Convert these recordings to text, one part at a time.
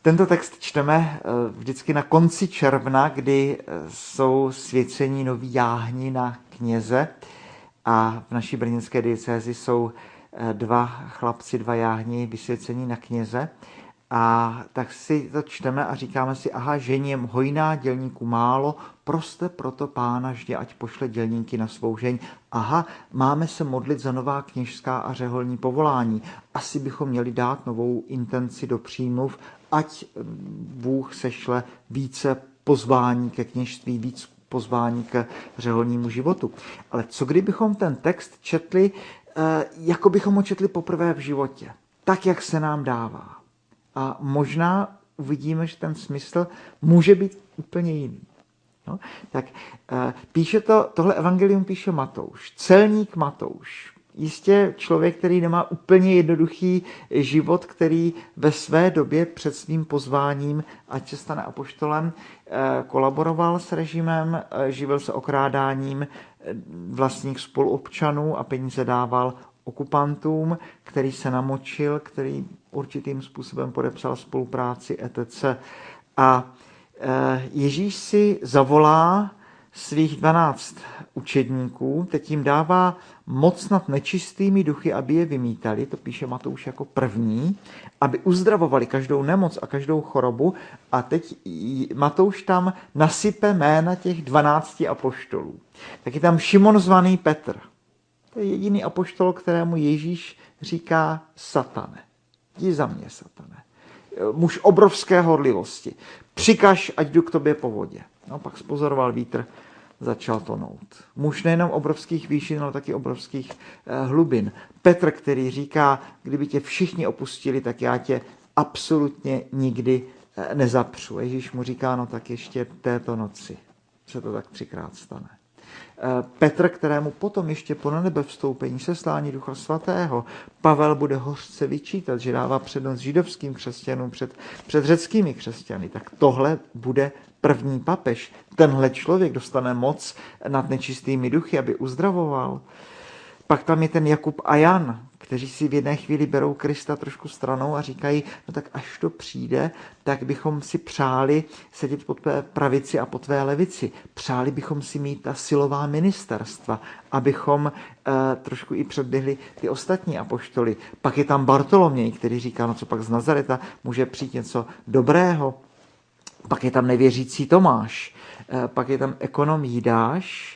Tento text čteme vždycky na konci června, kdy jsou svěcení noví jáhni na kněze a v naší brněnské diecézi jsou dva chlapci, dva jáhni vysvěcení na kněze. A tak si to čteme a říkáme si, aha, ženěm hojná, dělníků málo, proste proto Pána vždy, ať pošle dělníky na svou žeň. Aha, máme se modlit za nová kněžská a řeholní povolání. Asi bychom měli dát novou intenci do přímluv, ať Bůh sešle více pozvání ke kněžství, víc pozvání k řeholnímu životu. Ale co kdybychom ten text četli, jako bychom ho četli poprvé v životě, tak, jak se nám dává. A možná uvidíme, že ten smysl může být úplně jiný. No, tak píše tohle evangelium píše Matouš, celník Matouš. Jistě člověk, který nemá úplně jednoduchý život, který ve své době před svým pozváním, ať se stane apoštolem, kolaboroval s režimem, živil se okrádáním vlastních spoluobčanů a peníze dával okupantům, který se namočil, který určitým způsobem podepsal spolupráci etc. A Ježíš si zavolá svých 12 učedníků, teď jim dává moc nad nečistými duchy, aby je vymítali, to píše Matouš jako první, aby uzdravovali každou nemoc a každou chorobu a teď Matouš tam nasype jména těch 12 apoštolů. Tak je tam Šimon zvaný Petr. To je jediný apoštol, kterému Ježíš říká satane. Jdi za mě, satane. Muž obrovské horlivosti. Přikaž, ať jdu k tobě po vodě. No, pak spozoroval vítr, začal tonout. Muž nejenom obrovských výšin, ale taky obrovských hlubin. Petr, který říká, kdyby tě všichni opustili, tak já tě absolutně nikdy nezapřu. Ježíš mu říká, no tak ještě této noci se to tak 3krát stane. Petr, kterému potom ještě po nebevstoupení seslání Ducha Svatého Pavel bude hořce vyčítat, že dává přednost židovským křesťanům před řeckými křesťany. Tak tohle bude první papež. Tenhle člověk dostane moc nad nečistými duchy, aby uzdravoval. Pak tam je ten Jakub a Jan, kteří si v jedné chvíli berou Krista trošku stranou a říkají, no tak až to přijde, tak bychom si přáli sedět po tvé pravici a po tvé levici. Přáli bychom si mít ta silová ministerstva, abychom trošku i předběhli ty ostatní apoštoly. Pak je tam Bartoloměj, který říká, no co pak z Nazareta může přijít něco dobrého. Pak je tam nevěřící Tomáš, pak je tam ekonom Jidáš,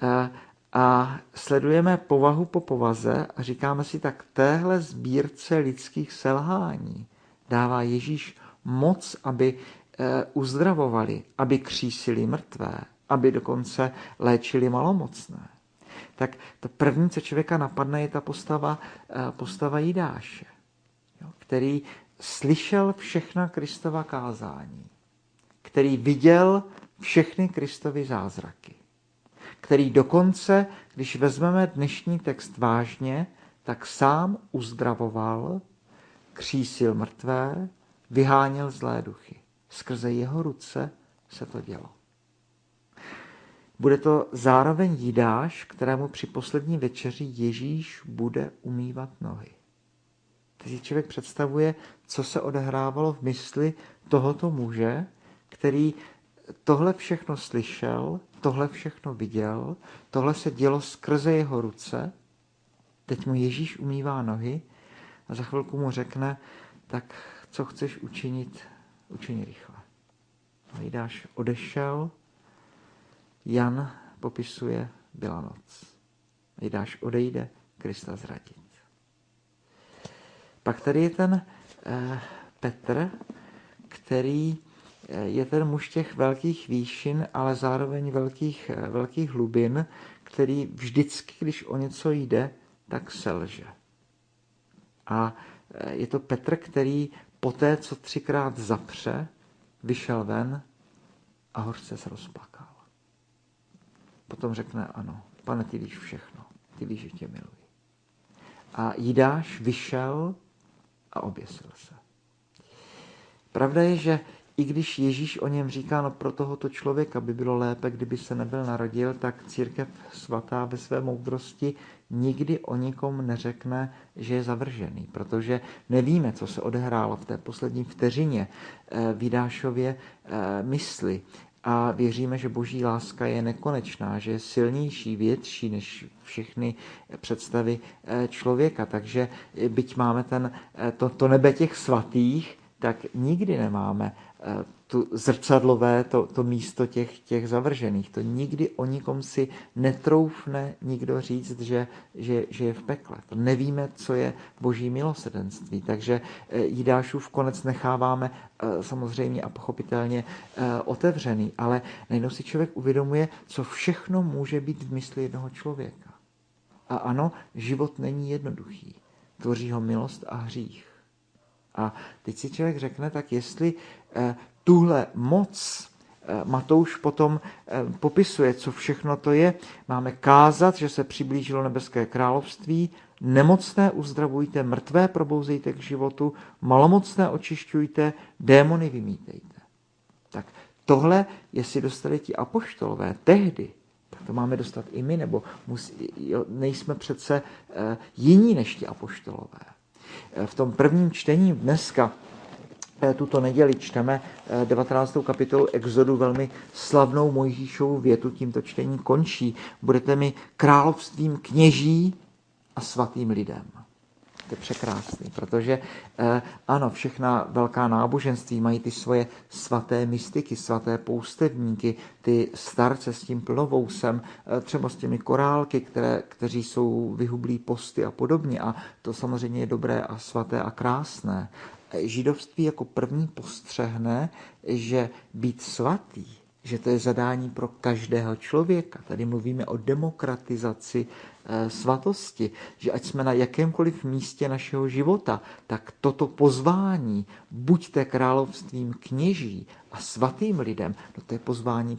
a sledujeme povahu po povaze a říkáme si, tak téhle sbírce lidských selhání dává Ježíš moc, aby uzdravovali, aby křísili mrtvé, aby dokonce léčili malomocné. Tak to první, co člověka napadne, je ta postava Jidáše, který slyšel všechna Kristova kázání, který viděl všechny Kristovy zázraky, který dokonce, když vezmeme dnešní text vážně, tak sám uzdravoval, křísil mrtvé, vyháněl zlé duchy. Skrze jeho ruce se to dělo. Bude to zároveň Jidáš, kterému při poslední večeři Ježíš bude umývat nohy. Teď si člověk představuje, co se odehrávalo v mysli tohoto muže, který tohle všechno slyšel, tohle všechno viděl, tohle se dělo skrze jeho ruce, teď mu Ježíš umývá nohy a za chvilku mu řekne, tak co chceš učinit, učini rychle. A Jidáš odešel, Jan popisuje, byla noc. Jidáš odejde, Krista zradit. Pak tady je ten Petr, který je ten muž těch velkých výšin, ale zároveň velkých hlubin, který vždycky, když o něco jde, tak selže. A je to Petr, který poté, co 3krát zapře, vyšel ven a hořce se rozplakal. Potom řekne, ano, Pane, ty víš všechno, ty víš, že tě miluji. A Jidáš vyšel a oběsil se. Pravda je, že i když Ježíš o něm říká, no pro tohoto člověka by bylo lépe, kdyby se nebyl narodil, tak církev svatá ve své moudrosti nikdy o nikom neřekne, že je zavržený, protože nevíme, co se odehrálo v té poslední vteřině v Jidášově mysli. A věříme, že boží láska je nekonečná, že je silnější, větší než všechny představy člověka. Takže byť máme to nebe těch svatých, tak nikdy nemáme tu zrcadlové, to místo těch zavržených. To nikdy o nikom si netroufne nikdo říct, že je v pekle. To nevíme, co je boží milosrdenství. Takže Jidášův konec necháváme samozřejmě a pochopitelně otevřený, ale najednou si člověk uvědomuje, co všechno může být v mysli jednoho člověka. A ano, život není jednoduchý. Tvoří ho milost a hřích. A teď si člověk řekne, tak jestli tuhle moc Matouš potom popisuje, co všechno to je. Máme kázat, že se přiblížilo nebeské království, nemocné uzdravujte, mrtvé probouzejte k životu, malomocné očišťujte, démony vymítejte. Tak tohle, jestli dostali ti apoštolové tehdy, tak to máme dostat i my, nebo nejsme přece jiní než ti apoštolové. V tom prvním čtení dneska, tuto neděli, čteme 19. kapitolu Exodu, velmi slavnou Mojžíšovu větu, tímto čtení končí. Budete mi královstvím kněží a svatým lidem. To je překrásný, protože ano, všechna velká náboženství mají ty svoje svaté mystiky, svaté poustevníky, ty starce s tím plnovousem, třeba s těmi korálky, kteří jsou vyhublí posty a podobně. A to samozřejmě je dobré a svaté a krásné. Židovství jako první postřehne, že být svatý, že to je zadání pro každého člověka. Tady mluvíme o demokratizaci svatosti, že ať jsme na jakémkoliv místě našeho života, tak toto pozvání, buďte královstvím kněží a svatým lidem, no to je pozvání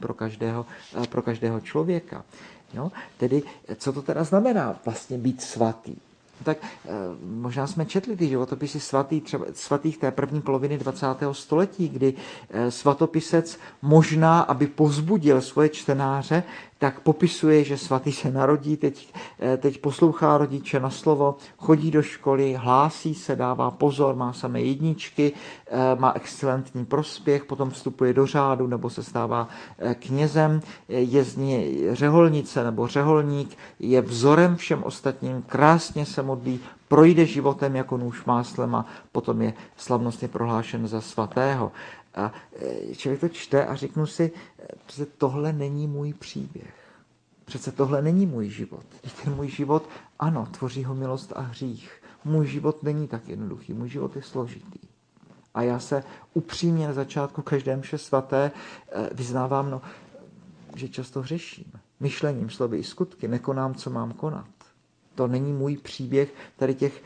pro každého člověka. No, tedy, co to teda znamená vlastně být svatý? Tak možná jsme četli ty životopisy svatých té první poloviny 20. století, kdy svatopisec možná, aby povzbudil svoje čtenáře, tak popisuje, že svatý se narodí, teď poslouchá rodiče na slovo, chodí do školy, hlásí se, dává pozor, má samé jedničky, má excelentní prospěch, potom vstupuje do řádu nebo se stává knězem, je z ní řeholnice nebo řeholník, je vzorem všem ostatním, krásně se modlí, projde životem jako nůž máslem a potom je slavnostně prohlášen za svatého. A člověk to čte a řeknu si, že tohle není můj příběh. Přece tohle není můj život. Ten můj život, ano, tvoří ho milost a hřích. Můj život není tak jednoduchý, můj život je složitý. A já se upřímně na začátku každé mše svaté vyznávám, že často hřeším. Myšlením, slovy i skutky, nekonám, co mám konat. To není můj příběh tady těch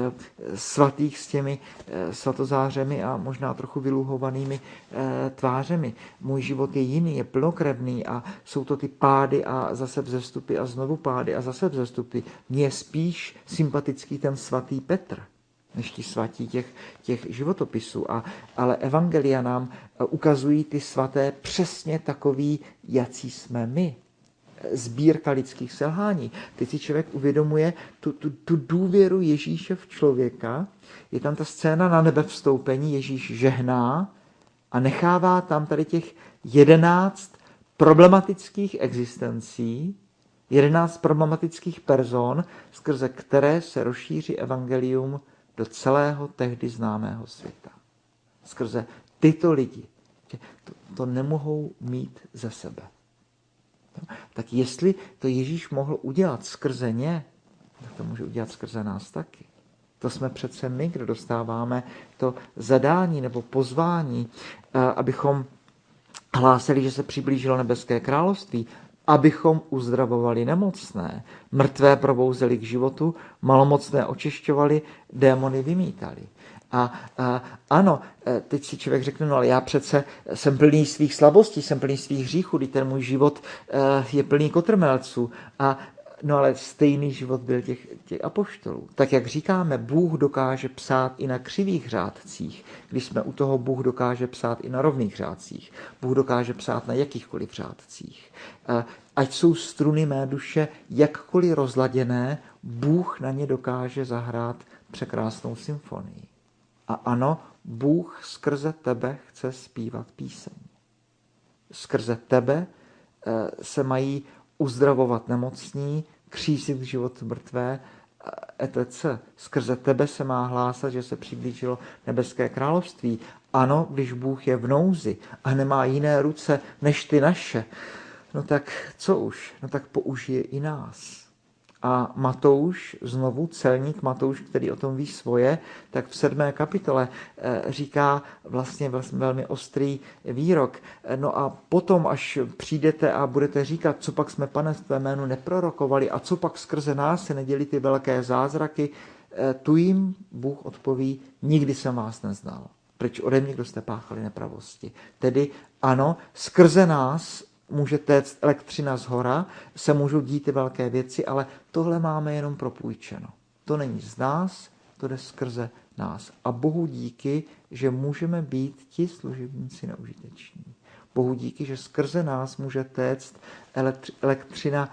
svatých s těmi svatozářemi a možná trochu vyluhovanými tvářemi. Můj život je jiný, je plnokrevný a jsou to ty pády a zase vzestupy a znovu pády a zase vzestupy. Mně je spíš sympatický ten svatý Petr, než ti svatí těch životopisů. Ale evangelia nám ukazují ty svaté přesně takový, jací jsme my. Sbírka lidských selhání. Teď si člověk uvědomuje tu důvěru Ježíše v člověka. Je tam ta scéna na nebevstoupení, Ježíš žehná a nechává tam tady těch 11 problematických existencí, 11 problematických person, skrze které se rozšíří evangelium do celého tehdy známého světa. Skrze tyto lidi. To nemohou mít ze sebe. Tak jestli to Ježíš mohl udělat skrze ně, tak to může udělat skrze nás taky. To jsme přece my, kdo dostáváme to zadání nebo pozvání, abychom hlásili, že se přiblížilo nebeské království, abychom uzdravovali nemocné, mrtvé probouzeli k životu, malomocné očišťovali, démony vymítali. A ano, teď si člověk řekne, ale já přece jsem plný svých slabostí, jsem plný svých hříchů, kdy ten můj život je plný kotrmelců. A No ale stejný život byl těch apoštolů. Tak jak říkáme, Bůh dokáže psát i na křivých řádcích. Když jsme u toho, Bůh dokáže psát i na rovných řádcích. Bůh dokáže psát na jakýchkoliv řádcích. Ať jsou struny mé duše jakkoliv rozladěné, Bůh na ně dokáže zahrát překrásnou symfonii. A ano, Bůh skrze tebe chce zpívat píseň. Skrze tebe se mají uzdravovat nemocní, křísit život mrtvé, etc. Skrze tebe se má hlásat, že se přiblížilo nebeské království. Ano, když Bůh je v nouzi a nemá jiné ruce než ty naše, no tak co už? No tak použije i nás. A Matouš, znovu celník Matouš, který o tom ví svoje, tak v 7. kapitole říká vlastně velmi ostrý výrok. No a potom, až přijdete a budete říkat, co pak jsme, Pane, v tvé jménu neprorokovali a co pak skrze nás se neděli ty velké zázraky, tu jim Bůh odpoví, nikdy jsem vás neznal. Pryč ode mě, kdo jste páchali nepravosti. Tedy ano, skrze nás může téct elektřina z hora, se můžou dít ty velké věci, ale tohle máme jenom propůjčeno. To není z nás, to jde skrze nás. A Bohu díky, že můžeme být ti služebníci neužiteční. Bohu díky, že skrze nás může téct elektřina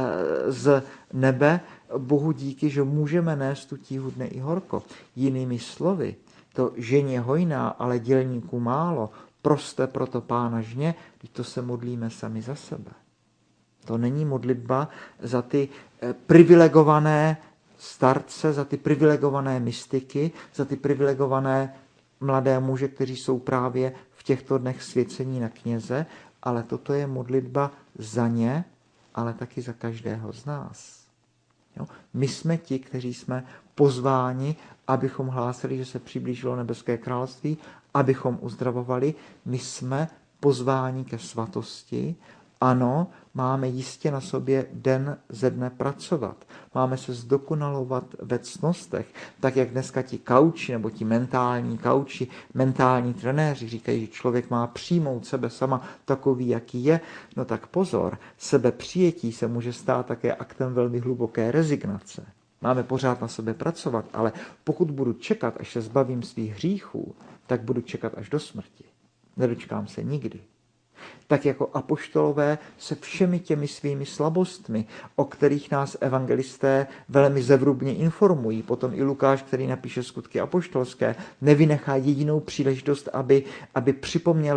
z nebe. Bohu díky, že můžeme nést tu tíhu dne i horko. Jinými slovy, to ženě hojná, ale dělníků málo, proste proto Pána žně, když to se modlíme sami za sebe. To není modlitba za ty privilegované starce, za ty privilegované mystiky, za ty privilegované mladé muže, kteří jsou právě v těchto dnech svěcení na kněze, ale toto je modlitba za ně, ale taky za každého z nás. Jo? My jsme ti, kteří jsme pozváni, abychom hlásili, že se přiblížilo nebeské království, abychom uzdravovali. My jsme pozváni ke svatosti. Ano, máme jistě na sobě den ze dne pracovat. Máme se zdokonalovat ve ctnostech, tak jak dneska ti kauči, nebo ti mentální kauči, mentální trenéři říkají, že člověk má přijmout sebe sama takový, jaký je. No tak pozor, sebepřijetí se může stát také aktem velmi hluboké rezignace. Máme pořád na sebe pracovat, ale pokud budu čekat, až se zbavím svých hříchů, tak budu čekat až do smrti. Nedočkám se nikdy. Tak jako apoštolové se všemi těmi svými slabostmi, o kterých nás evangelisté velmi zevrubně informují, potom i Lukáš, který napíše Skutky apoštolské, nevynechá jedinou příležitost, aby připomněl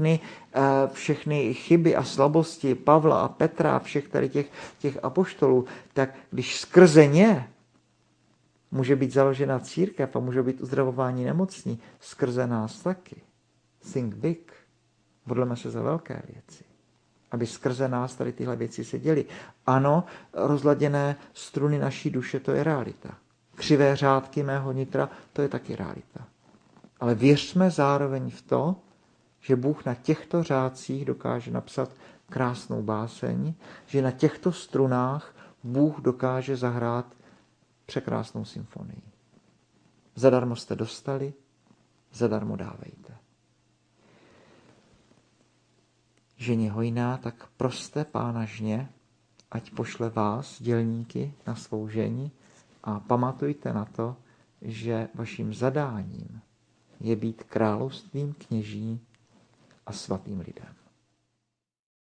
všechny chyby a slabosti Pavla a Petra a všech tady těch apoštolů, tak když skrze ně může být založena církev a může být uzdravování nemocní, skrze nás taky. Think big. Modleme se za velké věci, aby skrze nás tady tyhle věci se děly. Ano, rozladěné struny naší duše, to je realita. Křivé řádky mého nitra, to je taky realita. Ale věřme zároveň v to, že Bůh na těchto řádcích dokáže napsat krásnou báseň, že na těchto strunách Bůh dokáže zahrát překrásnou symfonii. Zadarmo jste dostali, zadarmo dávejte. Ženě hojná, tak proste Pána žně, ať pošle vás, dělníky, na svou ženi a pamatujte na to, že vaším zadáním je být královstvím kněží a svatým lidem.